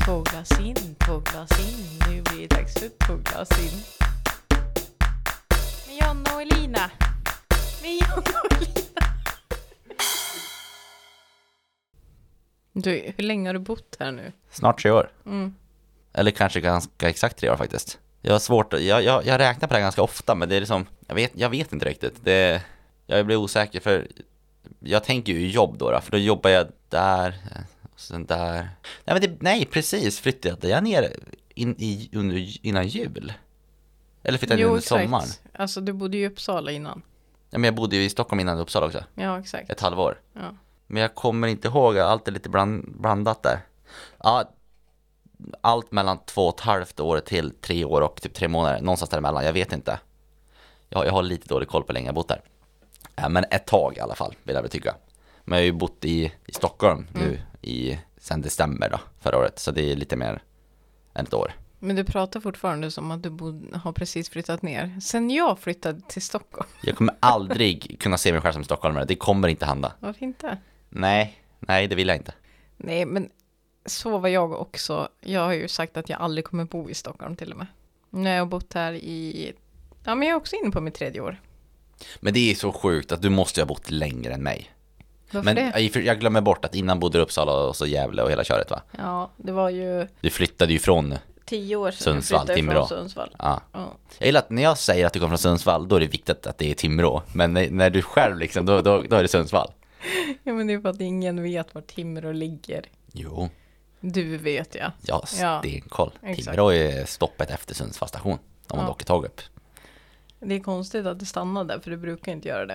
Två glas in, nu blir det dags för två glas in. Med Jonna och Elina. Du, hur länge har du bott här nu? Snart 3 år. Mm. Eller kanske ganska exakt 3 år faktiskt. Jag har svårt att, jag räknar på det ganska ofta, men det är liksom, jag vet inte riktigt. Jag blir osäker för jag tänker ju jobb då, för då jobbar jag där och sen där. Nej, precis, flyttade jag ner innan jul. Eller flyttade jag under sommaren. Alltså du bodde ju i Uppsala innan. Ja, men jag bodde ju i Stockholm innan Uppsala också. Ja, exakt. Ett halvår. Ja. Men jag kommer inte ihåg, allt är lite blandat där. Ja, allt mellan 2,5 år till 3 år och typ 3 månader. Någonstans däremellan, jag vet inte. Jag har lite dålig koll på hur länge jag bott där. Men ett tag i alla fall, vill jag betyga. Men jag har ju bott i Stockholm nu sen december då, förra året. Så det är lite mer än ett år. Men du pratar fortfarande som att du har precis flyttat ner. Sen jag flyttade till Stockholm. Jag kommer aldrig kunna se mig själv som stockholmare. Det kommer inte hända. Varför inte? Nej, det vill jag inte. Nej, men så var jag också. Jag har ju sagt att jag aldrig kommer bo i Stockholm till och med. Nu har jag bott här ja, men jag är också inne på mitt 3:e år. Men det är så sjukt att du måste ha bott längre än mig. Varför men det? Jag glömmer bort att innan bodde du i Uppsala och så Gävle och hela köret, va? Ja, det var ju Du flyttade ju från 10 år sedan Sundsvall, jag flyttade Timrå. från Sundsvall. Ja. Ja. Jag gillar att när jag säger att du kommer från Sundsvall, då är det viktigt att det är Timrå. Men när du själv liksom, då är det Sundsvall. Ja, men det är för att ingen vet var Timrå ligger. Jo. Du vet, ja. Ja, stenkoll. Exakt. Timrå är stoppet efter Sundsvall station. Om man åker tåg upp. Det är konstigt att det stannade, för det brukar inte göra det.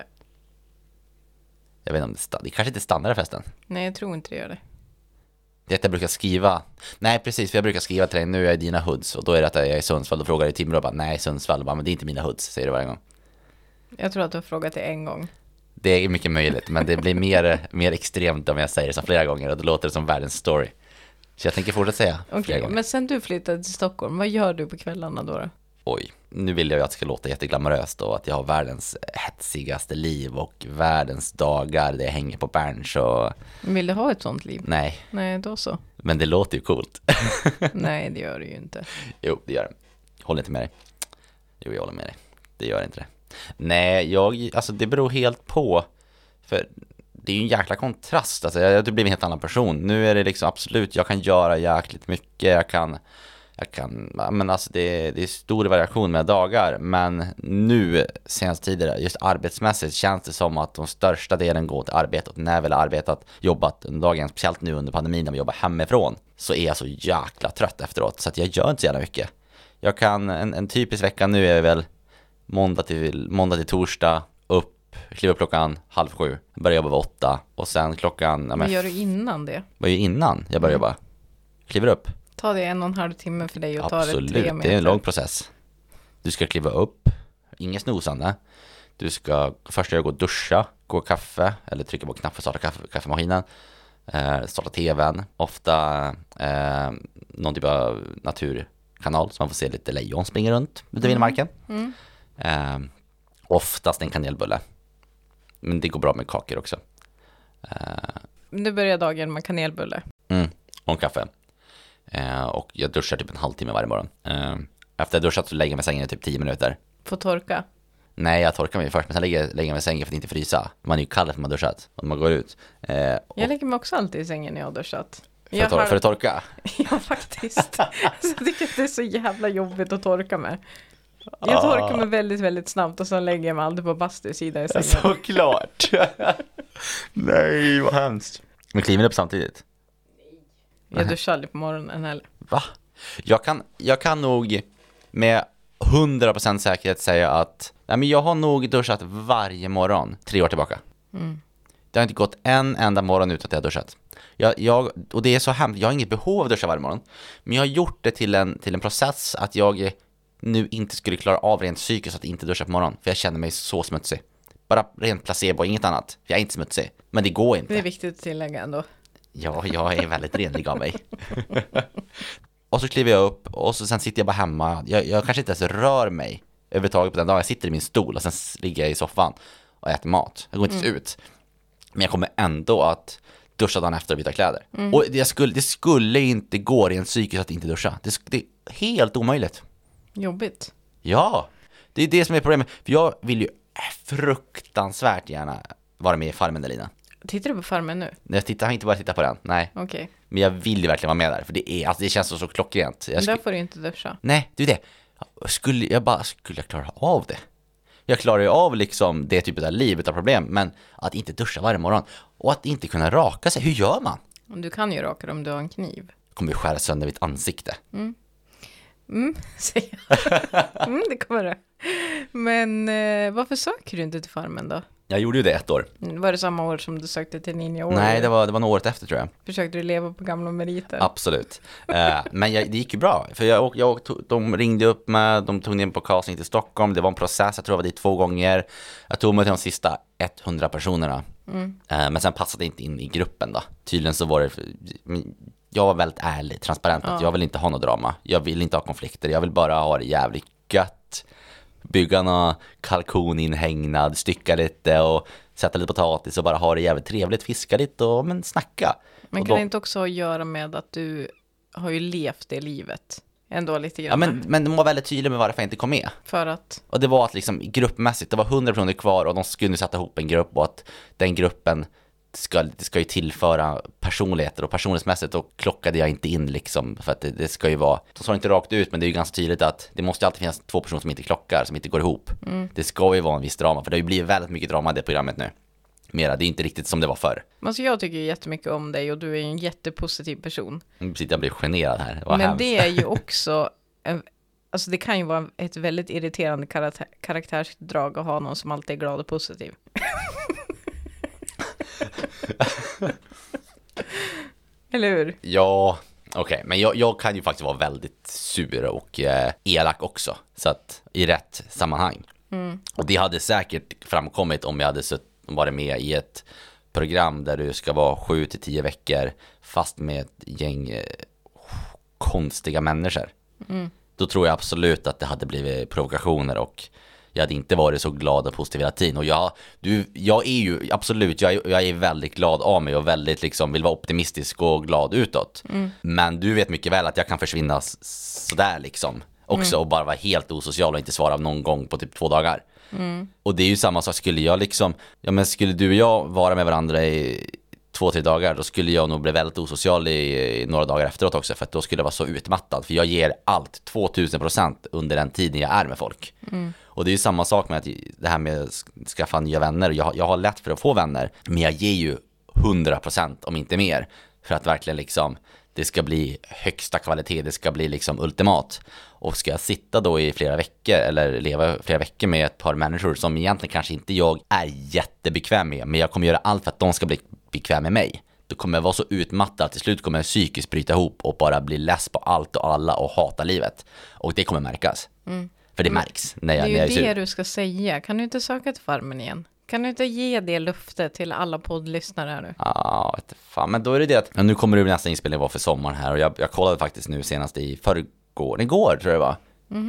Jag vet inte om det kanske inte stannar där förresten. Nej, jag tror inte det gör det. Det är att jag brukar skriva. Nej, precis, för jag brukar skriva till dig, nu är jag i dina hoods. Och då är det att jag är i Sundsvall. Då frågar jag i Timrå och bara, nej, Sundsvall. Bara, men det är inte mina hoods, säger du varje gång. Jag tror att du har frågat det en gång. Det är mycket möjligt, men det blir mer extremt om jag säger det så flera gånger. Och då låter det som världens story. Så jag tänker fortsätta säga flera gånger. Men sen du flyttade till Stockholm, vad gör du på kvällarna då? Oj, nu vill jag ju att det ska låta jätteglamoröst och att jag har världens hetsigaste liv och världens dagar där jag hänger på Berns och... Vill du ha ett sånt liv? Nej. Nej, då så. Men det låter ju coolt. Nej, det gör det ju inte. Jo, det gör det. Håller inte med dig. Jo, jag håller med dig. Det gör inte det. Nej, alltså det beror helt på. För det är ju en jäkla kontrast. Alltså, jag har blivit en helt annan person. Nu är det liksom absolut, jag kan göra jäkligt mycket. Jag kan, men alltså det är stor variation med dagar. Men nu, senaste tidigare, just arbetsmässigt känns det som att de största delen går till arbetet. När jag väl har arbetat, jobbat under dagen, speciellt nu under pandemin när vi jobbar hemifrån, så är jag så jäkla trött efteråt. Så att jag gör inte så jävla mycket. Jag kan, en typisk vecka nu är väl måndag till torsdag, kliva upp klockan 6:30, börja jobba vid 8 och sen klockan... Vad gör du innan det? Vad gör jag innan jag börjar jobba? Kliver upp. Ta det 1,5 timme för dig och ta det 3 Absolut, meter. det är en lång process. Du ska kliva upp, inget snosande. Du ska först gå och duscha, gå kaffe, eller trycka på knapp för att starta kaffemaskinen. Starta tvn, ofta någon typ av naturkanal så man får se lite lejon springa runt ute vid marken. Oftast en kanelbulle. Men det går bra med kakor också. Nu börjar dagen med kanelbulle. Och en kaffe. Och jag duschar typ en halvtimme varje morgon. Efter jag duschat så lägger jag mig i sängen i typ 10 minuter. Få torka. Nej, jag torkar mig först, men sen lägger jag mig i sängen för att inte frysa. Man är ju kall när man har duschat. Och man går ut. Jag lägger mig också alltid i sängen när jag har duschat. För att torka? Ja, faktiskt. Så jag tycker att det är så jävla jobbigt att torka med. Jag torkar mig väldigt, väldigt snabbt och så lägger jag mig alltid på bastusida i sängen. Såklart. Nej, vad hemskt. Men kliver upp samtidigt? Jag duschar aldrig på morgonen heller. Va? Jag kan nog med 100% säkerhet säga att men jag har nog duschat varje morgon 3 år tillbaka. Det har inte gått en enda morgon utan att jag har duschat. Och det är så hemskt. Jag har inget behov av att duscha varje morgon. Men jag har gjort det till en process att jag nu inte skulle klara av rent psykiskt att inte duscha på morgonen. För jag känner mig så smutsig. Bara rent placebo, inget annat. Jag är inte smutsig. Men det går inte. Det är viktigt att tillägga ändå. Ja, jag är väldigt renlig av mig. Och så kliver jag upp och sen sitter jag bara hemma. Jag kanske inte ens rör mig överhuvudtaget på den dagen. Jag sitter i min stol och sen ligger jag i soffan och äter mat. Jag går inte ut. Men jag kommer ändå att duscha dagen efter och byta kläder. Och det skulle inte gå rent psykiskt att inte duscha. Det är helt omöjligt. Jobbigt. Ja, det är det som är problemet. För jag vill ju fruktansvärt gärna vara med i Farmen, Elina. Tittar du på Farmen nu? Jag har inte bara tittat på den, nej. Okej. Men jag vill ju verkligen vara med där. För det känns så klockrent. Men där får du inte duscha. Nej, det är det. Skulle jag klara av det? Jag klarar ju av liksom det typet av liv utan problem. Men att inte duscha varje morgon. Och att inte kunna raka sig, hur gör man? Du kan ju raka om du har en kniv. Kommer ju skära sönder mitt ansikte. Säger jag. Det kommer det. Men varför söker du inte till Farmen då? Jag gjorde ju det 1 år. Var det samma år som du sökte till Ninja år? Nej, det var några året efter tror jag. Försökte du leva på gamla meriter? Absolut. Men det gick ju bra. För de ringde upp mig, de tog ner på casting till Stockholm. Det var en process, jag tror jag var dit 2 gånger. Jag tog mig till de sista 100 personerna. Men sen passade det inte in i gruppen då. Tydligen så var det... Jag var väldigt ärlig, transparent. Att jag vill inte ha något drama. Jag vill inte ha konflikter. Jag vill bara ha det jävligt gött. Bygga någon kalkoninhägnad, stycka lite och sätta lite potatis och bara ha det jävligt trevligt, fiska lite och snacka. Men kan det inte också göra med att du har ju levt det livet ändå lite grann? Ja, men de var väldigt tydliga med varför jag inte kom med. För att? Och det var att liksom gruppmässigt, det var 100 personer kvar och de skulle sätta ihop en grupp och att den gruppen ska ju tillföra personligheter och personlighetsmässigt och klockade jag inte in liksom för att det ska ju vara, de sa inte rakt ut men det är ju ganska tydligt att det måste alltid finnas 2 personer som inte klockar, som inte går ihop. Det ska ju vara en viss drama för det har ju blivit väldigt mycket drama i det programmet nu. Mera, det är inte riktigt som det var förr. Alltså jag tycker ju jättemycket om dig och du är en jättepositiv person. Precis, jag blir generad här. Men hemskt. Det är ju också alltså det kan ju vara ett väldigt irriterande karaktärsdrag att ha någon som alltid är glad och positiv. Eller hur? Ja, okej. Men jag kan ju faktiskt vara väldigt sur och elak också. Så att i rätt sammanhang. Och det hade säkert framkommit om jag hade varit med i ett program där du ska vara 7-10 veckor fast med ett gäng konstiga människor. Då tror jag absolut att det hade blivit provokationer och jag hade inte varit så glad och positiv hela tiden. Och jag är ju absolut, jag är väldigt glad av mig och väldigt liksom vill vara optimistisk och glad utåt. Men du vet mycket väl att jag kan försvinna sådär liksom också och bara vara helt osocial och inte svara någon gång på typ 2 dagar. Och det är ju samma sak, skulle du och jag vara med varandra i 2-3 dagar, då skulle jag nog bli väldigt osocial i några dagar efteråt också, för att då skulle jag vara så utmattad, för jag ger allt 2000% under den tiden jag är med folk. Och det är ju samma sak med att det här med att skaffa nya vänner. Jag har lätt för att få vänner, men jag ger ju 100% om inte mer, för att verkligen liksom det ska bli högsta kvalitet, det ska bli liksom ultimat. Och ska jag sitta då i flera veckor eller leva flera veckor med ett par människor som egentligen kanske inte jag är jättebekväm med, men jag kommer göra allt för att de ska bli bekväm med mig. Då kommer jag vara så utmattad, till slut kommer jag psykiskt bryta ihop och bara bli less på allt och alla och hata livet. Och det kommer märkas. För det märks när jag är sur. Det är ju det du ska säga. Kan du inte söka till Farmen igen? Kan du inte ge det löftet till alla poddlyssnare här nu? Ja, vet fan. Men då är det att nu kommer det nästa inspelning vara för sommaren här. Och jag kollade faktiskt nu senast igår tror jag det var.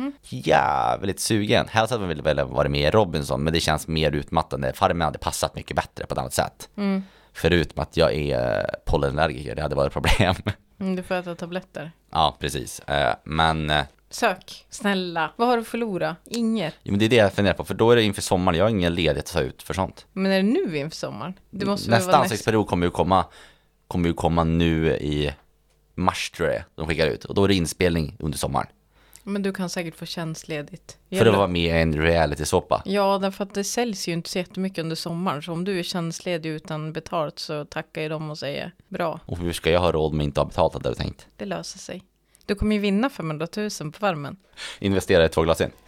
Jävligt sugen. Helst hade man väl varit med i Robinson, men det känns mer utmattande. Farmen hade passat mycket bättre på ett annat sätt. Förutom att jag är pollenallergiker, det hade varit ett problem. Du får äta tabletter. Ja, precis. Men... Sök, snälla. Vad har du förlorat? Inget. Ja, men det är det jag funderar på, för då är det inför sommaren. Jag har ingen ledighet att ta ut för sånt. Men är det nu inför sommaren? Det måste nästa ansiktsperiod kommer ju komma nu i mars tror jag de skickar ut. Och då är det inspelning under sommaren. Men du kan säkert få tjänstledigt. För att vara med i en reality-såpa. Ja, därför att det säljs ju inte så jättemycket under sommaren. Så om du är tjänstledig utan betalt så tackar ju de och säger bra. Och hur ska jag ha råd med inte ha betalt, hade du tänkt? Det löser sig. Du kommer ju vinna 500 000 på Farmen. Investera i 2 glas in.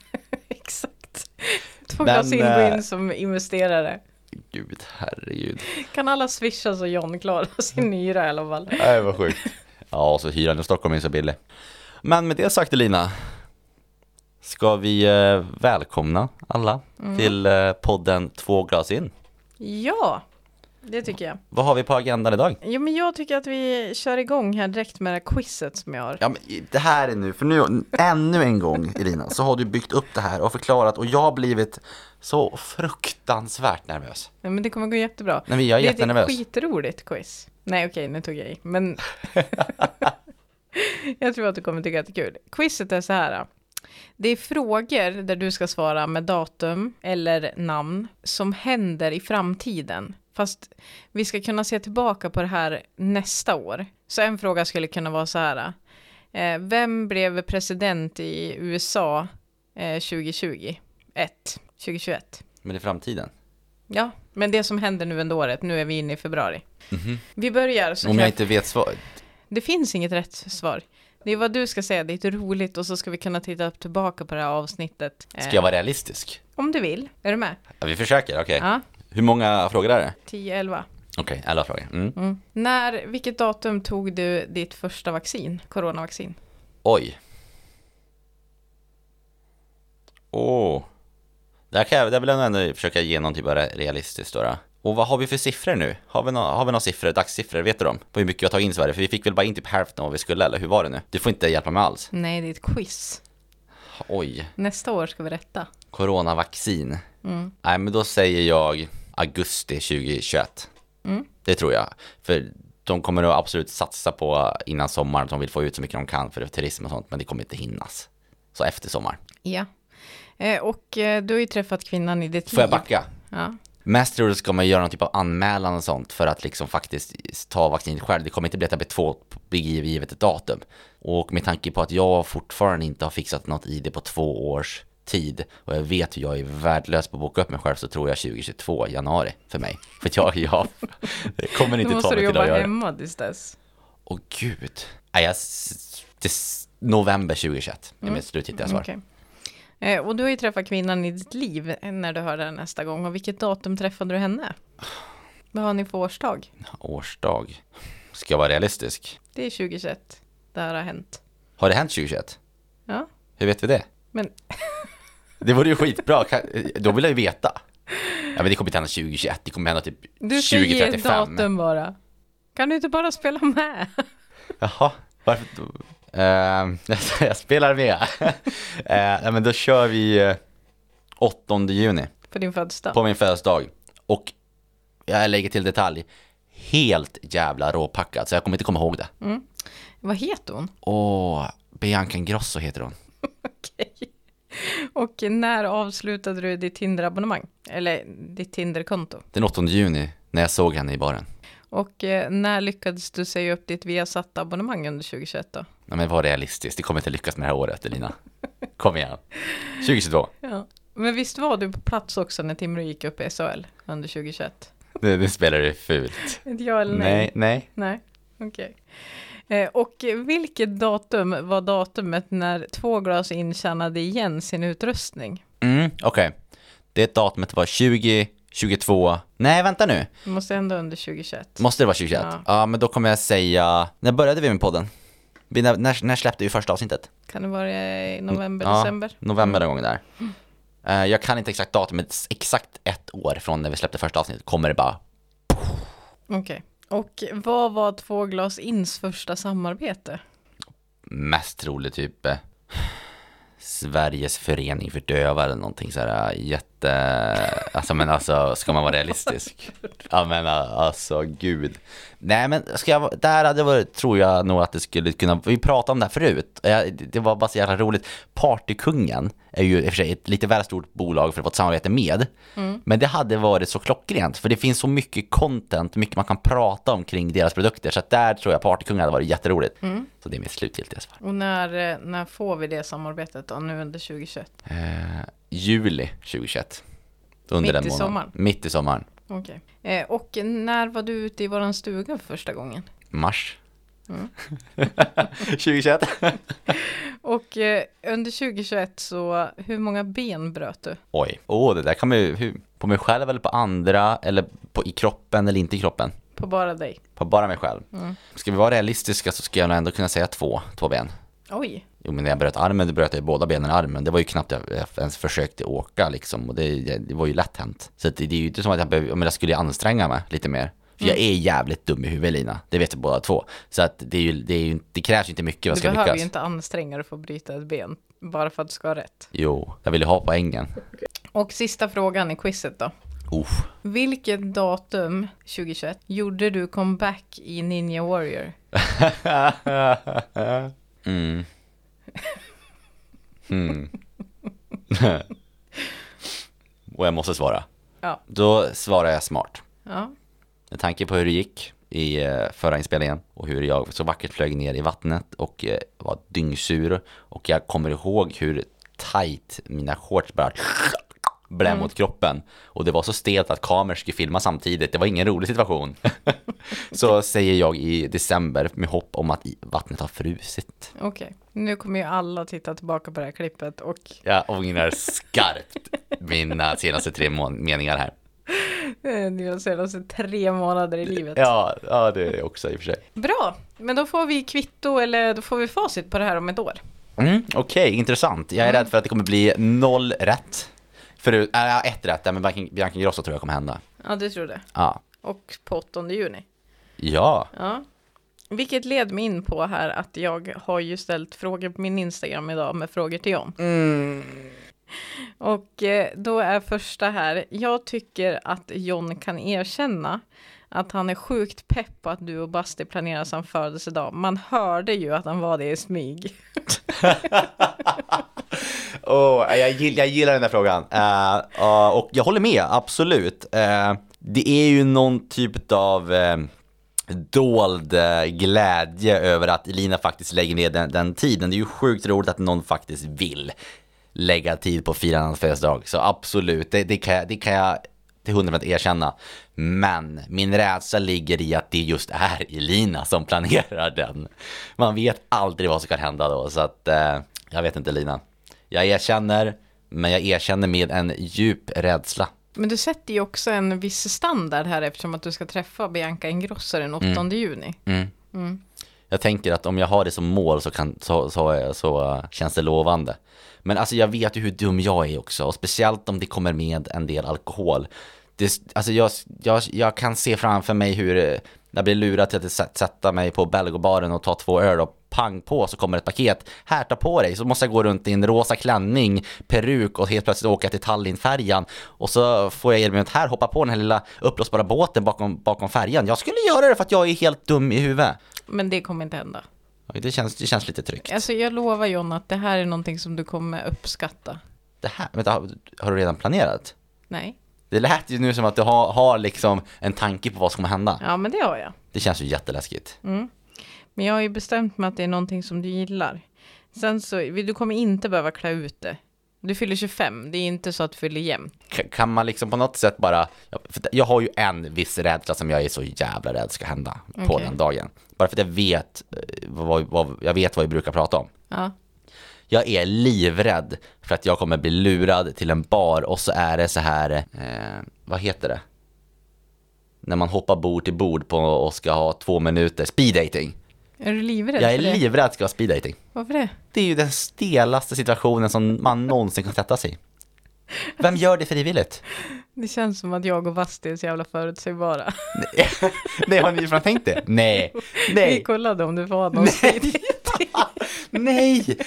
Exakt. 2 glas in går in som investerare. Gud, herregud. Kan alla swisha så John klarar sin hyra i alla fall? Nej, vad sjukt. Ja, och så hyran i Stockholm är så billig. Men med det sagt, Elina, ska vi välkomna alla till podden 2 glas in. Ja, Det tycker jag. Vad har vi på agendan idag? Jo, men jag tycker att vi kör igång här direkt med det här quizet som jag har. Ja, men det här är nu, för nu ännu en gång, Elina, så har du byggt upp det här och förklarat, och jag har blivit så fruktansvärt nervös. Ja, men det kommer gå jättebra. Nej, men jag är det jättenervös. Det är ett skitroligt quiz. Nej, okej, nu tog jag i. Men jag tror att du kommer tycka att det är kul. Quizet är så här. Det är frågor där du ska svara med datum eller namn som händer i framtiden. Fast vi ska kunna se tillbaka på det här nästa år. Så en fråga skulle kunna vara så här. Vem blev president i USA 2021? Men i framtiden? Ja, men det som händer nu under året. Nu är vi inne i februari. Vi börjar. Så om jag inte vet svar. Det finns inget rätt svar. Det är vad du ska säga, det är roligt, och så ska vi kunna titta tillbaka på det här avsnittet. Ska jag vara realistisk? Om du vill. Är du med? Ja, vi försöker, okej. Ja. Hur många frågor är det? 10-11. Okej, 11 frågor. Vilket datum tog du ditt första vaccin? Coronavaccin. Oj. Där vill jag ändå försöka ge någon typ av realistiskt då. Och vad har vi för siffror nu? Har vi några siffror, dagssiffror, vet du dem? På hur mycket vi har tagit in i Sverige? För vi fick väl bara in typ hälften av vad vi skulle, eller hur var det nu? Du får inte hjälpa mig alls. Nej, det är ett quiz. Oj. Nästa år ska vi rätta. Coronavaccin. Nej, men då säger jag augusti 2021. Det tror jag. För de kommer att absolut satsa på innan sommaren. De vill få ut så mycket de kan för turism och sånt. Men det kommer inte hinnas. Så efter sommar. Ja. Och du har ju träffat kvinnan i ditt liv. Får jag backa? Ja. Mest troligt ska man göra någon typ av anmälan och sånt för att liksom faktiskt ta vaccinet själv. Det kommer inte bli B2 givet ett datum. Och med tanke på att jag fortfarande inte har fixat något ID på 2 års tid och jag vet hur jag är värdelös på att boka upp mig själv, så tror jag 2022 januari för mig. För att jag kommer inte ta mig till att göra det. Då måste du jobba hemma tills dess. Åh gud. Nej, november 2021. Det är mitt slutgiltiga svar. Okay. Och du har ju träffat kvinnan i ditt liv när du hör det nästa gång. Och vilket datum träffade du henne? Vad har ni för årsdag? Årsdag? Ska jag vara realistisk? Det är 2021. Det här har hänt. Har det hänt 2021? Ja. Hur vet vi det? Men det vore ju skitbra. Då vill jag ju veta. Ja, men det kommer inte hända 2021. Det kommer hända typ 2035. Du ska ge ett datum bara. Kan du inte bara spela med? Jaha, varför då? Jag spelar med. Men då kör vi 8 juni. På din födelsedag? På min födelsedag. Och jag lägger till detalj. Helt jävla råpackad. Så jag kommer inte komma ihåg det. Vad heter hon? Bianca Ingrosso heter hon. Okej. Och när avslutade du ditt Tinder-abonnemang? Eller ditt Tinder-konto? Den 8 juni, när jag såg henne i baren. Och när lyckades du säga upp ditt Viasat-abonnemang under 2021 då? Ja, men var realistiskt. Det kommer inte lyckas med det här året, Elina. Kom igen. 2022. Ja. Men visst var du på plats också när Timrå gick upp i SHL under 2021? Det spelar det fult. Inte jag eller nej? Nej. Okej. Och vilket datum var datumet när 2 glas intjänade igen sin utrustning? Okej. Det datumet var 2022. Nej, vänta nu. Det måste ändå under 2021. Måste det vara 2021? Ja, men då kommer jag säga... När började vi med podden? När släppte vi första avsnittet? Kan det vara i november, december? November någon gång där. Jag kan inte exakt datumet, exakt 1 år från när vi släppte första avsnittet kommer det bara... Okej. Och vad var 2 glas ins första samarbete? Mest troligt typ Sveriges förening för döva eller någonting så här alltså ska man vara realistisk? Ja, men alltså gud. Nej, men där hade varit, tror jag nog att det skulle kunna, vi pratade om det här förut. Det var bara så jävla roligt. Partykungen är ju i och för sig ett lite väl stort bolag för att få ett samarbete med. Men det hade varit så klockrent, för det finns så mycket content, mycket man kan prata om kring deras produkter, så att där tror jag Partykungen hade varit jätteroligt. Så det är mitt slutgiltiga svar. Och när får vi det samarbetet då, nu under 2021? Juli 2021. Under mitt den i månaden. sommaren? Mitt i sommaren. Okej. Och när var du ute i våran stuga för första gången? Mars. 2021. Och under 2021 så, hur många ben bröt du? Oj, det där kan man ju, på mig själv eller på andra, eller i kroppen eller inte i kroppen? På bara dig? På bara mig själv. Ska vi vara realistiska så ska jag nog ändå kunna säga 2 ben. Oj. Jo, men när jag bröt armen, då bröt jag båda benen i armen. Det var ju knappt jag ens försökte åka liksom. Och det var ju lätt hänt. Så det är ju inte som att jag skulle anstränga mig lite mer. För jag är jävligt dum i huvudet, Lina. Det vet vi båda två. Så att det krävs ju inte mycket. Vad ska du behöver lyckas. Ju inte anstränga dig för att bryta ett ben. Bara för att du ska ha rätt. Jo, jag ville ha poängen. Och sista frågan i quizet då. Vilket datum 2021 gjorde du comeback i Ninja Warrior? Och jag måste svara. Ja. Då svarar jag smart. Ja. Med tanke på hur det gick i förra inspelningen och hur jag så vackert flög ner i vattnet och var dyngsur. Och jag kommer ihåg hur tight mina shorts bara blev mot kroppen. Och det var så stelt att kameror skulle filma samtidigt. Det var ingen rolig situation. Så säger jag i december med hopp om att vattnet har frusit. Okej. Nu kommer ju alla titta tillbaka på det här klippet och... Jag ångrar skarpt mina senaste 3 meningar här. Dina senaste 3 månader i livet. Ja, det är det också i och för sig. Bra, men då får vi kvitto eller då får vi facit på det här om ett år. Okej, intressant. Jag är rädd för att det kommer bli 0 rätt. Förut, 1 rätt, men Bianca Ingrosso tror jag kommer hända. Ja, du tror det. Ja. Och på 8 juni. Ja. Vilket led mig in på här att jag har ju ställt frågor på min Instagram idag med frågor till John. Och då är första här. Jag tycker att John kan erkänna att han är sjukt pepp på att du och Basti planerar som födelsedag. Man hörde ju att han var det i smyg. Jag gillar den här frågan. Och jag håller med, absolut. Det är ju någon typ av dold glädje över att Elina faktiskt lägger ner den tiden. Det är ju sjukt roligt att någon faktiskt vill lägga tid på firandets födelsedag. Så absolut, det kan jag till 100% erkänna. Men min rädsla ligger i att det just är Elina som planerar den. Man vet aldrig vad som kan hända då. Så att, jag vet inte, Elina. Jag erkänner, men jag erkänner med en djup rädsla. Men du sätter ju också en viss standard här eftersom att du ska träffa Bianca Ingrosso den 8 juni. Jag tänker att om jag har det som mål så känns det lovande. Men alltså jag vet ju hur dum jag är också. Och speciellt om det kommer med en del alkohol. Jag kan se framför mig hur jag blir lurad till att sätta mig på Belgobaren och ta 2 öl och pang på så kommer ett paket. Här, ta på dig. Så måste jag gå runt i en rosa klänning, peruk och helt plötsligt åka till Tallinnfärjan. Och så får jag erbjudandet här, hoppa på den här lilla uppblåsbara båten bakom färjan. Jag skulle göra det för att jag är helt dum i huvudet. Men det kommer inte hända. Det känns lite tryggt. Alltså jag lovar John att det här är någonting som du kommer uppskatta. Det här, vänta, har du redan planerat? Nej. Det lät ju nu som att du har liksom en tanke på vad som kommer hända. Ja, men det har jag. Det känns ju jätteläskigt. Men jag har ju bestämt mig att det är någonting som du gillar. Sen så, du kommer inte behöva klä ut det. Du fyller 25, det är inte så att du fyller jämnt. Kan man liksom på något sätt bara... Jag har ju en viss rädsla som jag är så jävla rädd ska hända på den dagen. Bara för att jag vet vad vi brukar prata om. Ja. Jag är livrädd för att jag kommer bli lurad till en bar och så är det så här... vad heter det? När man hoppar bord till bord på och ska ha 2 minuter. Speed dating. Är du livrädd Jag är för det? livrädd att ska ha speed dating. Varför det? Det är ju den stelaste situationen som man någonsin kan sätta sig i. Vem gör det frivilligt? Det känns som att jag och Basti är så jävla förutsägbara. Nej, har ni fan tänkt det? Nej. Vi kollade om du får ha någon speed dating. Nej.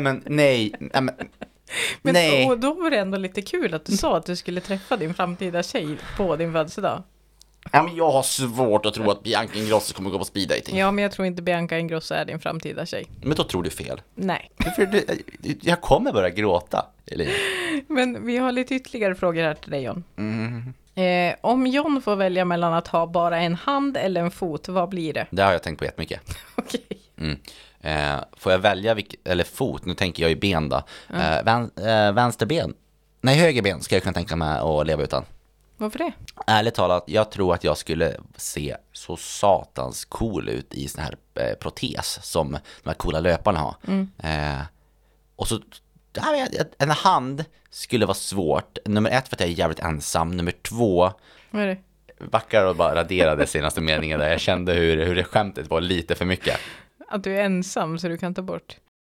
Nej. Och då var det ändå lite kul att du sa att du skulle träffa din framtida tjej på din födelsedag. Ja, men jag har svårt att tro att Bianca Ingrosso kommer gå på speed dating. Ja, men jag tror inte Bianca Ingrosso är din framtida tjej. Men då tror du fel. Nej. Jag kommer börja gråta, Elina. Men vi har lite ytterligare frågor här till dig, John. Om John får välja mellan att ha bara en hand eller en fot, vad blir det? Det har jag tänkt på jättemycket. Okej. Får jag välja eller fot? Nu tänker jag ju ben då. Vänsterben. Nej, högerben ska jag kunna tänka mig att leva utan. Varför det? Ärligt talat, jag tror att jag skulle se så satans cool ut i sån här protes som de här coola löparna har. Och så en hand skulle vara svårt. Nummer 1 för att jag är jävligt ensam. Nummer 2... Vad är det? Backar och bara raderade senaste meningen där. Jag kände hur det skämtet var lite för mycket. Att du är ensam så du kan ta bort.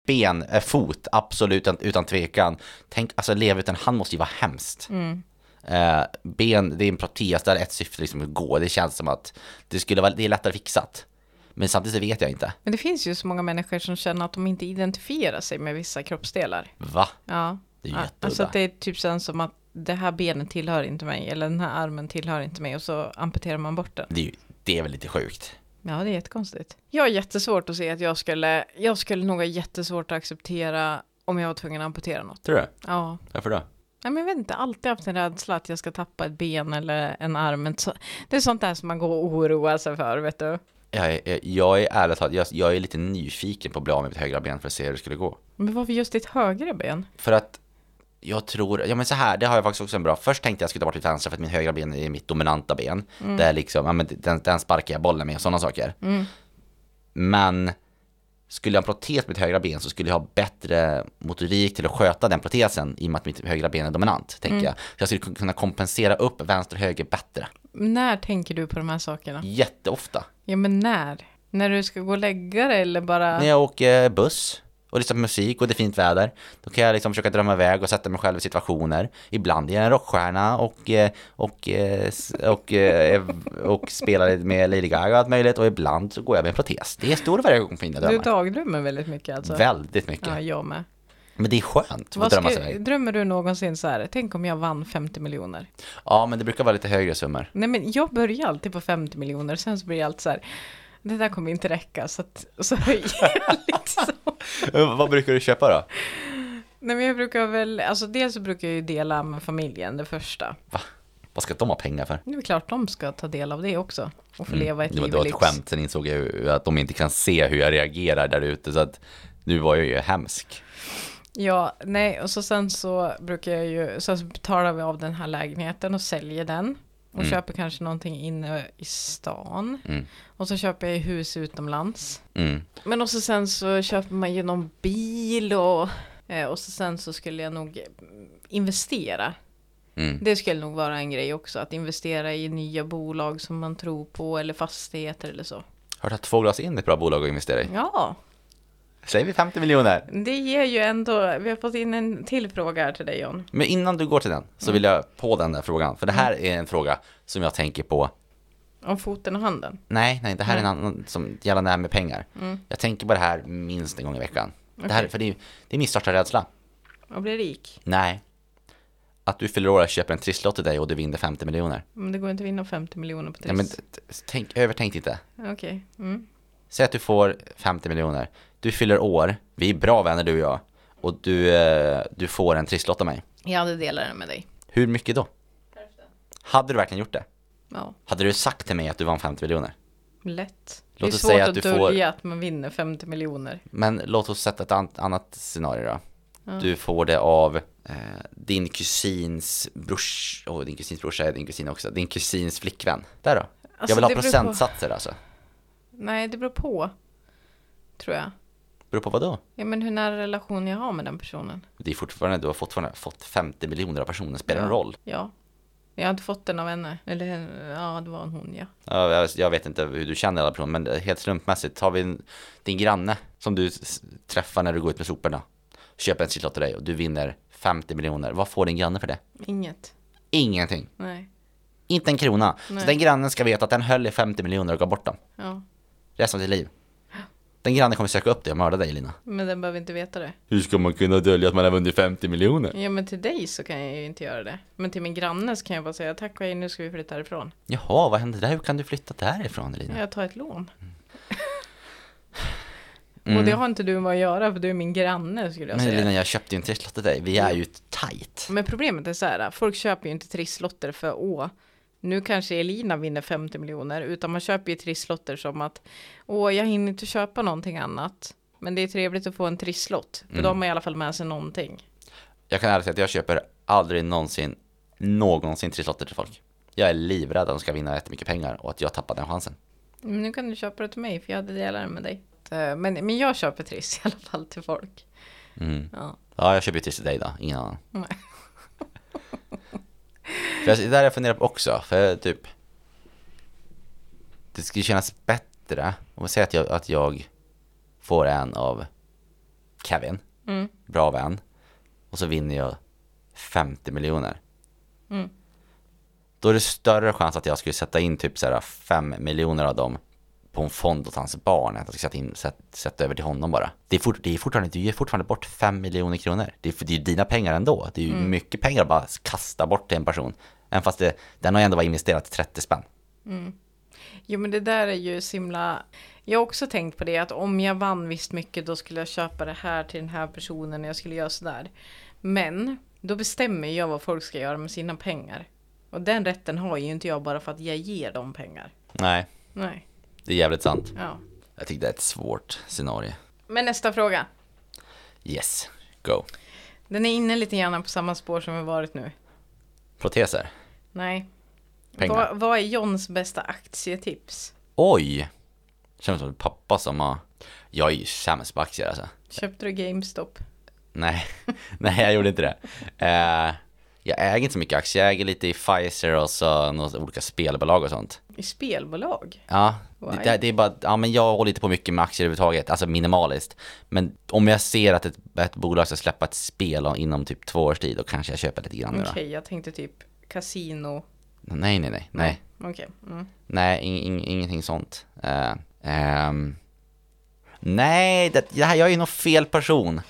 Fot, absolut utan tvekan. Tänk, alltså leva utan hand måste ju vara hemskt. Ben, det är en protes, där ett syfte liksom att gå. Det känns som att det är lättare fixat. Men samtidigt vet jag inte. Men det finns ju så många människor som känner att de inte identifierar sig med vissa kroppsdelar. Va? Ja. Det är ju jätteudda. Alltså att det är typ som att det här benet tillhör inte mig, eller den här armen tillhör inte mig, och så amputerar man bort den. Det är väl lite sjukt. Ja, det är jättekonstigt. Jag har jättesvårt att se att jag skulle nog ha jättesvårt att acceptera om jag var tvungen att amputera något. Tror du? Ja. Varför då? Nej, men jag vet inte, alltid haft en rädsla att jag ska tappa ett ben eller en arm. Det är sånt där som man går och oroar sig för, vet du. Jag är ärligt talat, jag är lite nyfiken på att bli av med mitt högra ben för att se hur det skulle gå. Men varför just ditt högra ben? För att jag tror, ja men så här, det har jag faktiskt också en bra. Först tänkte jag skulle ta bort mitt vänstra för att min högra ben är mitt dominanta ben. Det är liksom, ja men den sparkar jag bollen med och sådana saker. Men skulle jag ha en protes på mitt högra ben så skulle jag ha bättre motorik till att sköta den protesen i och med att mitt högra ben är dominant, tänker jag. Så jag skulle kunna kompensera upp vänster och höger bättre. När tänker du på de här sakerna? Jätteofta. Ja, men när? När du ska gå och lägga dig eller bara... När jag åker buss och lyssnar på musik och det är fint väder, då kan jag liksom försöka drömma iväg och sätta mig själv i situationer. Ibland är jag en rockstjärna och spelar med Lady Gaga och allt möjligt, och ibland så går jag med en protes. Det är stor varje gång på mina drömmar. Du dagdrömmer väldigt mycket alltså? Väldigt mycket. Ja, jag med. Men det är skönt att drömma sig iväg. Drömmer du någonsin så här, tänk om jag vann 50 miljoner? Ja, men det brukar vara lite högre summor. Nej, men jag börjar alltid på 50 miljoner, sen så blir det alltid så här, det där kommer inte räcka, så höjer jag liksom. Vad brukar du köpa då? Nej, men jag brukar väl, alltså dels så brukar jag ju dela med familjen, det första. Va? Vad ska de ha pengar för? Det är klart de ska ta del av det också och få leva ett liv i lyx. Det var ett skämt, sen insåg jag ju att de inte kan se hur jag reagerar där ute, så att nu var jag ju hemsk. Ja, nej, och så sen så brukar jag ju, så betalar vi av den här lägenheten och säljer den. Och köper kanske någonting inne i stan. Och så köper jag hus utomlands. Men och så sen så köper man ju någon bil och så sen så skulle jag nog investera. Det skulle nog vara en grej också, att investera i nya bolag som man tror på, eller fastigheter eller så. Har du tagit 2 glas in ett bra bolag att investera i? Ja. Säger vi 50 miljoner? Det ger ju ändå, vi har fått in en till fråga här till dig, John. Men innan du går till den så vill jag på den där frågan. För det här är en fråga som jag tänker på. Om foten och handen? Nej, det här är en annan som gäller när med pengar. Jag tänker på det här minst en gång i veckan. Okay. Det här, för det är min största rädsla. Och bli rik? Nej. Att du fyller år och köper en trisslott till dig och du vinner 50 miljoner. Men det går inte att vinna 50 miljoner på triss. Ja, men övertänk inte. Okej. Säg att du får 50 miljoner. Du fyller år, vi är bra vänner du och jag. Och du får en trisslott av mig. Jag hade delat den med dig. Hur mycket då? Hälften. Hade du verkligen gjort det? Ja. Hade du sagt till mig att du vann 50 miljoner? Lätt. Låt det är oss svårt säga att dölja att man vinner 50 miljoner. Men låt oss sätta ett annat scenario då. Ja. Du får det av din kusins brors, din kusins brorsa är din kusin också, din kusins flickvän. Där då? Alltså, jag vill ha procentsatser alltså. Nej, det beror på, tror jag. Beror på vad då? Ja, men hur nära relation jag har med den personen. Det är fortfarande, du har fortfarande fått 50 miljoner av personen, spelar en roll. Ja, jag hade fått den av henne. Eller ja, det var en hon, ja. Ja, jag vet inte hur du känner alla personer, men helt slumpmässigt har vi din granne som du träffar när du går ut med soporna. Köper en trisslott till dig och du vinner 50 miljoner. Vad får din granne för det? Inget. Ingenting? Nej. Inte en krona. Nej. Så den grannen ska veta att den höll i 50 miljoner och gav bort dem. Ja. Resten av ditt liv. Den grannen kommer söka upp dig och mörda dig, Lina. Men den behöver inte veta det. Hur ska man kunna dölja att man har vunnit 50 miljoner? Ja, men till dig så kan jag ju inte göra det. Men till min granne så kan jag bara säga tack och hej, nu ska vi flytta härifrån. Jaha, vad händer där? Hur kan du flytta därifrån, Lina? Jag tar ett lån. Och det har inte du med att göra, för du är min granne, skulle jag säga. Men Lina, jag köpte ju en trisslott till dig. Vi är ju tajt. Men problemet är så här, folk köper ju inte trisslotter för nu kanske Elina vinner 50 miljoner, utan man köper ju trisslotter som att jag hinner inte köpa någonting annat. Men det är trevligt att få en trisslott, för de har i alla fall med sig någonting. Jag kan ärligt säga att jag köper aldrig någonsin trisslotter till folk. Jag är livrädd att de ska vinna jättemycket pengar och att jag tappar den chansen. Men nu kan du köpa det till mig, för jag hade delat den med dig. Men jag köper triss i alla fall till folk. Ja, jag köper ju triss till dig då, ingen annan. Nej. För det där jag funderar på också, för typ det skulle kännas bättre om jag säger att jag får en av Kevin, bra vän, och så vinner jag 50 miljoner. Då är det större chans att jag skulle sätta in typ så här 5 miljoner av dem på en fond åt hans barn, att jag ska sätta över till honom bara. Du ger fortfarande bort 5 miljoner kronor. Det är ju dina pengar ändå. Det är ju mycket pengar att bara kasta bort till en person. Även fast den har ändå varit investerat 30 spänn. Jo, men det där är ju simla. Jag har också tänkt på det, att om jag vann visst mycket, då skulle jag köpa det här till den här personen, jag skulle göra sådär. Men då bestämmer jag vad folk ska göra med sina pengar. Och den rätten har ju inte jag bara för att jag ger dem pengar. Nej. Det är jävligt sant. Ja. Jag tycker det är ett svårt scenario. Men nästa fråga. Yes, go. Den är inne lite grann på samma spår som vi varit nu. Proteser? Nej. Pengar? Vad är Johns bästa aktietips? Oj! Känns som pappa som har... Jag är ju sämst på aktier alltså. Köpte du GameStop? Nej, jag gjorde inte det. Jag äger inte så mycket aktier. Jag äger lite i Pfizer och så några olika spelbolag och sånt. I spelbolag? Ja, det är bara... Ja, men jag håller inte på mycket med aktier överhuvudtaget. Alltså minimaliskt. Men om jag ser att ett bolag ska släppa ett spel inom typ 2 års tid, då kanske jag köper lite grann. Okej, jag tänkte typ kasino. Nej. Okej. Nej, ingenting sånt. Nej, jag är nog fel person.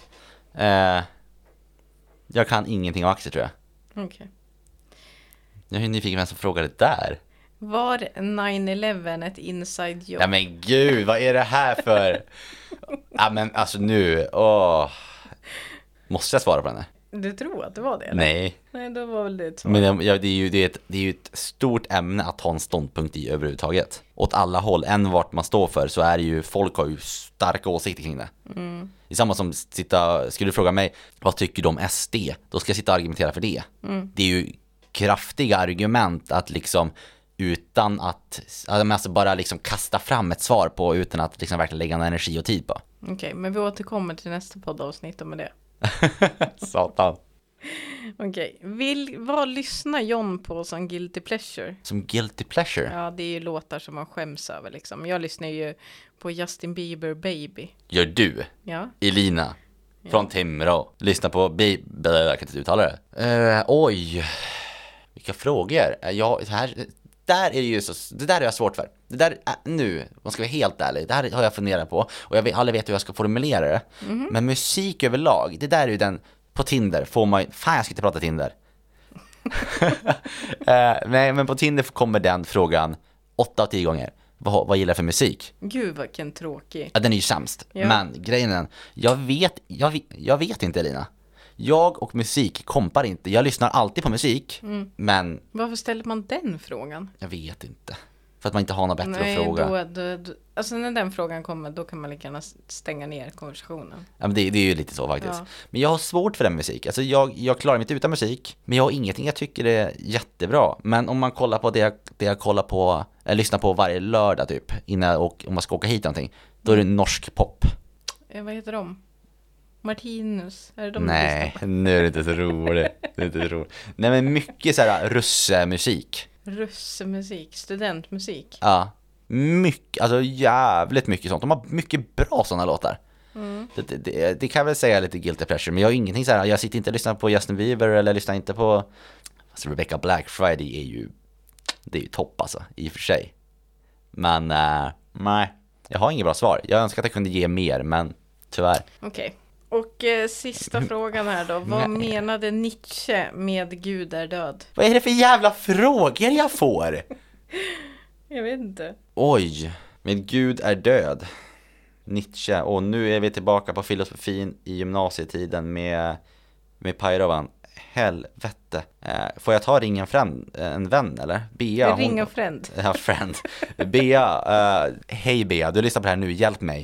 Jag kan ingenting om aktier, tror jag. Okej. Jag är nyfiken vem som frågade där. Var 9/11 ett inside job? Ja men gud, vad är det här för... Ja men alltså nu, måste jag svara på den här? Du tror att det var det? Eller? Nej. Nej, då var väl det ett svar. Men det är ju ett stort ämne att ha en ståndpunkt i överhuvudtaget. Åt alla håll, än vart man står för, så är det ju, folk har ju starka åsikter kring det. Det är samma som skulle du fråga mig, vad tycker du om SD? Då ska jag sitta och argumentera för det. Det är ju kraftiga argument att liksom, utan att, alltså bara liksom kasta fram ett svar på, utan att liksom verkligen lägga någon energi och tid på. Okej, men vi återkommer till nästa poddavsnitt med det. Satan. Okej, vad lyssnar John på som guilty pleasure? Som guilty pleasure? Ja, det är ju låtar som man skäms över liksom. Jag lyssnar ju på Justin Bieber Baby. Gör du? Ja. Elina från Timrå. Lyssna på jag kan inte uttala det. Oj. Vilka frågor? Det där är jag svårt för. Det där nu, man ska vara helt ärlig, det här har jag funderat på och jag aldrig vet hur jag ska formulera det. Men musik överlag, det där är ju den på Tinder får man, fan jag ska inte prata Tinder. Nej, men på Tinder kommer den frågan 8 av 10 gånger. Vad gillar jag för musik? Gud, vilken tråkig. Ja, den är ju sämst. Ja. Men grejen är den, jag vet inte, Elina. Jag och musik kompar inte. Jag lyssnar alltid på musik, men... Varför ställer man den frågan? Jag vet inte. För att man inte har något bättre att fråga. Alltså när den frågan kommer, då kan man lika gärna stänga ner konversationen. Ja, men det är ju lite så faktiskt. Ja. Men jag har svårt för den musik. Alltså jag klarar mig inte utan musik, men jag har ingenting jag tycker är jättebra. Men om man kollar på det jag kollar på, eller lyssnar på varje lördag typ, om man ska åka hit någonting, då är det norsk pop. Vad heter de? Martinus, är det de? Nej, nu är det inte så roligt. Nej, men mycket så här russemusik. Russemusik, studentmusik. Ja, mycket, alltså jävligt mycket sånt. De har mycket bra sådana låtar. Det kan jag väl säga lite guilty pleasure. Men jag har ingenting så här, jag sitter inte och lyssnar på Justin Bieber eller lyssnar inte på, alltså Rebecca Black Friday det är ju topp alltså, i och för sig. Men nej, jag har inget bra svar. Jag önskar att jag kunde ge mer, men tyvärr. Okej. Och sista frågan här då. Vad menade Nietzsche med Gud är död? Vad är det för jävla frågor jag får? Jag vet inte. Oj, med Gud är död. Nietzsche, och nu är vi tillbaka på filosofin i gymnasietiden med Pajrovan. Helvete. Får jag ta ringen en vän eller? Bea. Ring och friend. Ja, friend. Bea, hej Bea, du lyssnar på det här nu, hjälp mig.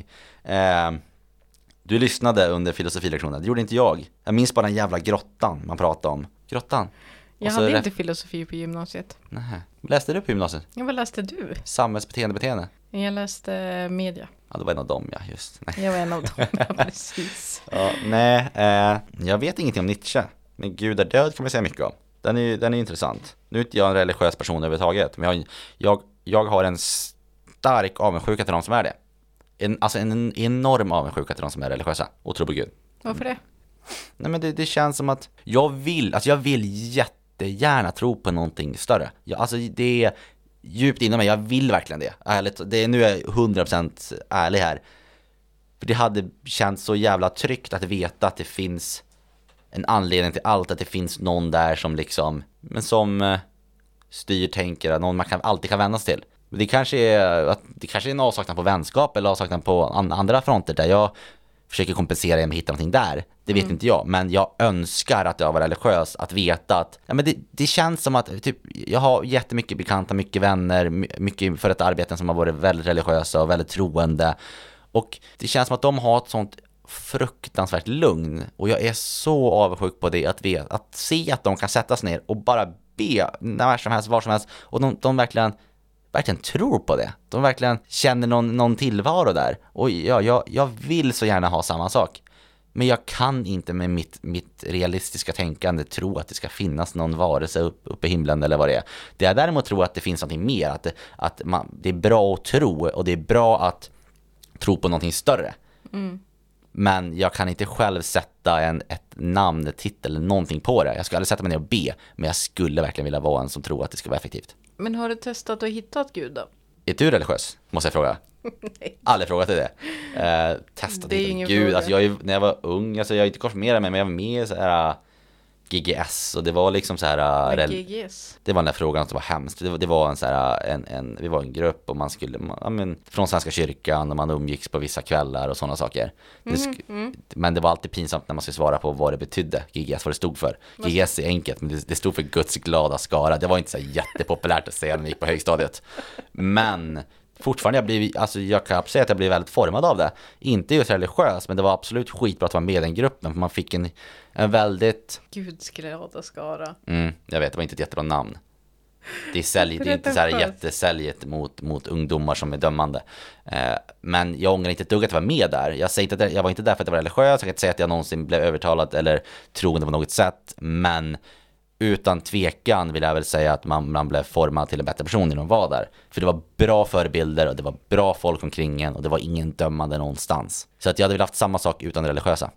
Du lyssnade under filosofilektionen, det gjorde inte jag. Jag minns bara den jävla grottan man pratade om. Grottan. Jag hade inte filosofi på gymnasiet. Nej. Läste du på gymnasiet? Ja, vad läste du? Samhällsbeteende. Jag läste media. Ja, det var en av dem, ja, just. Nej. Jag var en av dem, ja, precis. Ja, nej, jag vet ingenting om Nietzsche. Men Gud är död kan man säga mycket om. Den är intressant. Nu är inte jag en religiös person överhuvudtaget, men jag har en stark avundsjuka till de som är det. en enorm avundsjuka till de som är religiösa och tror på Gud. Varför det? Nej, men det känns som att jag vill jättegärna tro på någonting större. Alltså det är djupt inom mig, jag vill verkligen det. Ärligt, nu är jag 100% ärlig här. För det hade känts så jävla tryggt att veta att det finns en anledning till allt, att det finns någon där som liksom, men som styr, tänker, att någon man alltid kan vända sig till. Det kanske är en avsaknad på vänskap eller avsaknad på andra fronter där jag försöker kompensera genom att hitta någonting där. Det vet inte jag, men jag önskar att jag var religiös, att veta att det känns som att typ, jag har jättemycket bekanta, mycket vänner, mycket för ett arbeten som har varit väldigt religiösa och väldigt troende, och det känns som att de har ett sånt fruktansvärt lugn, och jag är så avundsjuk på det, att se att de kan sättas ner och bara be när som helst, var som helst, och de verkligen tror på det. De verkligen känner någon tillvaro där. Och jag vill så gärna ha samma sak. Men jag kan inte med mitt realistiska tänkande tro att det ska finnas någon varelse uppe i himlen eller vad det är. Det jag däremot tror att det finns något mer. Att det är bra att tro, och det är bra att tro på någonting större. Men jag kan inte själv sätta ett namn, ett titel eller någonting på det. Jag skulle aldrig sätta mig ner och be, men jag skulle verkligen vilja vara en som tror att det ska vara effektivt. Men har du testat att hitta Gud då? Är du religiös? Måste jag fråga. Nej. Aldrig frågat det. Testat Det är hitta ingen Gud. fråga. Alltså när jag var ung, alltså jag är inte konfirmerad mig, men jag var med i så här GGS, och det var liksom så här GGS. det var den där frågan som var hemskt. Det var en så här vi var en grupp, och man skulle från Svenska kyrkan, och man umgicks på vissa kvällar och sådana saker. Men det var alltid pinsamt när man skulle svara på vad det betydde, GGS, vad det stod för. GGS är enkelt, men det stod för Guds glada skara. Det var inte så jättepopulärt att säga när vi gick på högstadiet. Men fortfarande, jag kan säga att jag blev väldigt formad av det. Inte just religiös, men det var absolut skitbra att vara med i den gruppen, för man fick en väldigt... Guds glada skara. Jag vet, det var inte ett jättebra namn. Det är inte så här jättesäljigt mot ungdomar som är dömande. Men jag ångrar inte ett dugg att jag var med där. Jag säger inte att jag var inte där för att jag var religiös. Jag kan inte säga att jag någonsin blev övertalad eller troende på något sätt. Men utan tvekan vill jag väl säga att man blev formad till en bättre person när man var där. För det var bra förebilder, och det var bra folk omkring en, och det var ingen dömande någonstans. Så att jag hade väl haft samma sak utan det religiösa.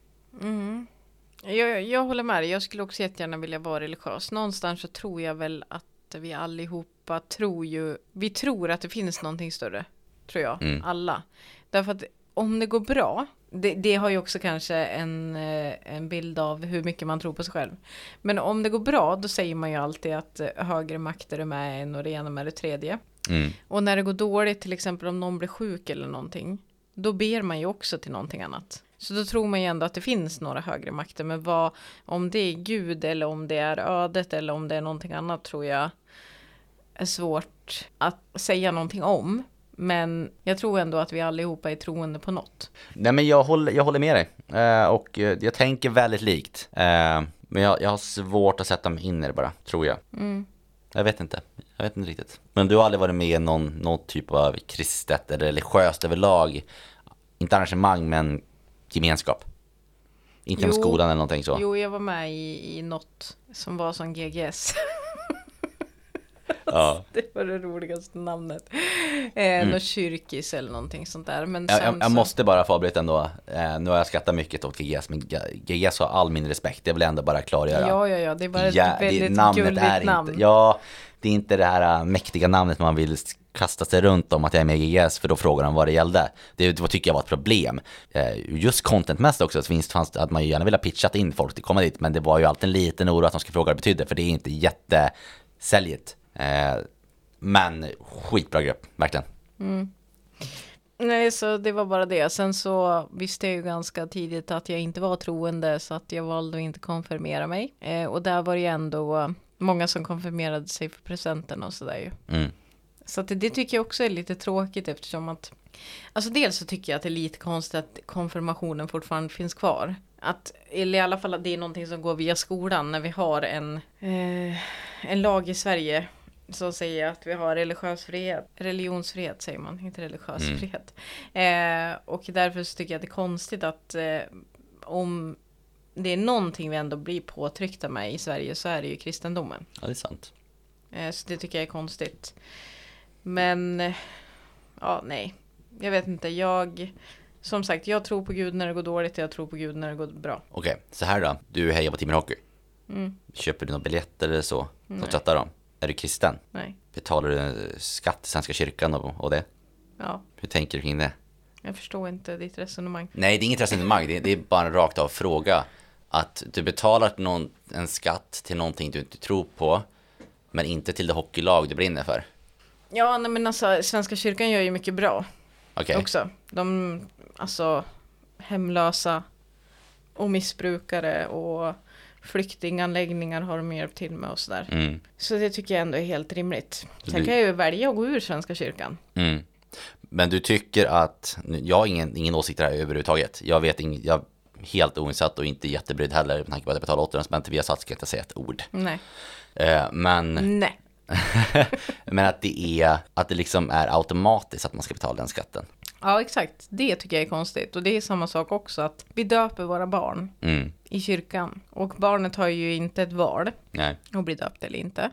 Jag håller med dig. Jag skulle också jättegärna vilja vara religiös. Någonstans så tror jag väl att vi allihopa vi tror att det finns någonting större, tror jag. Alla. Därför att om det går bra, det har ju också kanske en bild av hur mycket man tror på sig själv. Men om det går bra, då säger man ju alltid att högre makter är med en, och det ena med det tredje. Och när det går dåligt, till exempel om någon blir sjuk eller någonting, då ber man ju också till någonting annat. Så då tror man ju ändå att det finns några högre makter. Men om det är Gud, eller om det är ödet, eller om det är någonting annat, tror jag är svårt att säga någonting om. Men jag tror ändå att vi allihopa är troende på något. Nej, men jag håller med dig. Och jag tänker väldigt likt. Men jag har svårt att sätta mig in i det bara, tror jag. Jag vet inte riktigt. Men du har aldrig varit med i någon typ av kristet eller religiöst överlag? Inte arrangemang, men gemenskap? Inte med skolan eller någonting så? Jo, jag var med i något som var som GGS. Ja. Det var det roligaste namnet. Någon kyrkis eller någonting sånt där. Men jag måste bara få avbryta ändå. Nu har jag skrattat mycket åt GGS, men GGS har all min respekt. Det vill jag ändå bara klargöra. Ja, det var ett väldigt gulligt namn. Det är inte det här mäktiga namnet man vill kasta sig runt om att jag är med i GGS, för då frågar de vad det gällde. Det tycker jag var ett problem. Just contentmässigt också, så fanns att man ju gärna ville ha pitchat in folk till komma dit, men det var ju alltid en liten oro att de skulle fråga vad det betydde, för det är inte jättesäljigt. Men skitbra grupp, verkligen. Nej, så det var bara det. Sen så visste jag ju ganska tidigt att jag inte var troende, så att jag valde att inte konfirmera mig. Och där var det ju ändå många som konfirmerade sig för presenten och sådär ju. Så att det tycker jag också är lite tråkigt, eftersom att, alltså dels så tycker jag att det är lite konstigt att konfirmationen fortfarande finns kvar. Eller i alla fall att det är någonting som går via skolan, när vi har en lag i Sverige som säger att vi har religionsfrihet säger man, inte religiös frihet. Och därför så tycker jag att det är konstigt att om det är någonting vi ändå blir påtryckta med i Sverige, så är det ju kristendomen. Ja, det är sant. Så det tycker jag är konstigt. Men ja, nej. jag vet inte, som sagt, jag tror på Gud när det går dåligt, jag tror på Gud när det går bra. Okej, så här då. Du hejar på Timrå Hockey. Köper du några biljetter eller så? Som stöttar dem? Är du kristen? Nej. Betalar du skatt till Svenska kyrkan och det? Ja, Hur tänker du kring det? jag förstår inte ditt resonemang. Nej, det är inget resonemang. Det är bara en rakt av fråga. Att du betalar en skatt till någonting du inte tror på, men inte till det hockeylag du brinner för. Ja, nej, men alltså Svenska kyrkan gör ju mycket bra Okej. också. Alltså hemlösa och missbrukare och flyktinganläggningar har de hjälpt till med och sådär. Mm. Så det tycker jag ändå är helt rimligt. Sen kan jag ju välja att gå ur Svenska kyrkan. Mm. Men du tycker att, jag har ingen åsikt här överhuvudtaget. Jag är helt oinsatt och inte jättebrydd heller, med tanke på att jag betalar 800 spänn till Viasat, ska jag inte säga ett ord. Nej. Men Nej. men att det liksom är automatiskt att man ska betala den skatten. Ja, exakt. Det tycker jag är konstigt. Och det är samma sak också, att vi döper våra barn i kyrkan. Och barnet har ju inte ett val Nej. att bli döpt eller inte.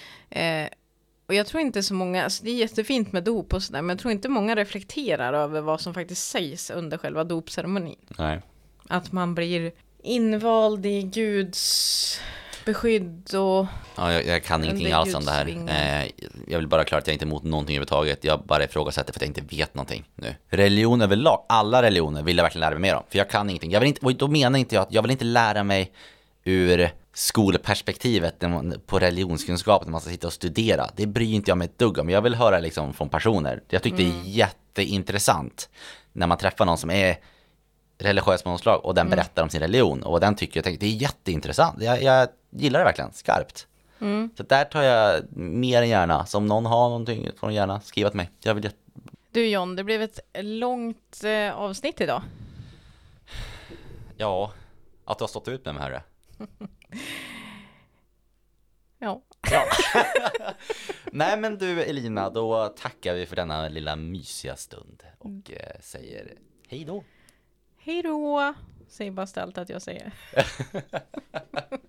Och jag tror inte så många, alltså det är jättefint med dop och sådär, men jag tror inte många reflekterar över vad som faktiskt sägs under själva dopceremonin. Nej. Att man blir invald i Guds beskydd och... Ja, jag kan ingenting alls om det här. Jag vill bara klara att jag inte är emot någonting överhuvudtaget. Jag bara ifrågasätter för att jag inte vet någonting nu. Religion överlag, alla religioner vill jag verkligen lära mig mer om. För jag kan ingenting. Och då menar inte jag att jag vill inte lära mig ur skolperspektivet på religionskunskap när man ska sitta och studera. Det bryr inte jag mig ett dugg om. Jag vill höra liksom från personer. Jag tycker det är jätteintressant när man träffar någon som är religiös på något slag och den berättar om sin religion och vad den tycker. Jag tänker, det är jätteintressant. Jag gillar det verkligen, skarpt. Så där tar jag mer än gärna. Så om någon har någonting får de gärna skriva till mig. Du John, det blev ett långt avsnitt idag. Ja, att du har stått ut med mig, herre. Ja. Nej men du Elina, då tackar vi för denna lilla mysiga stund och säger hej då. Hej då, säger bara ställt att jag säger.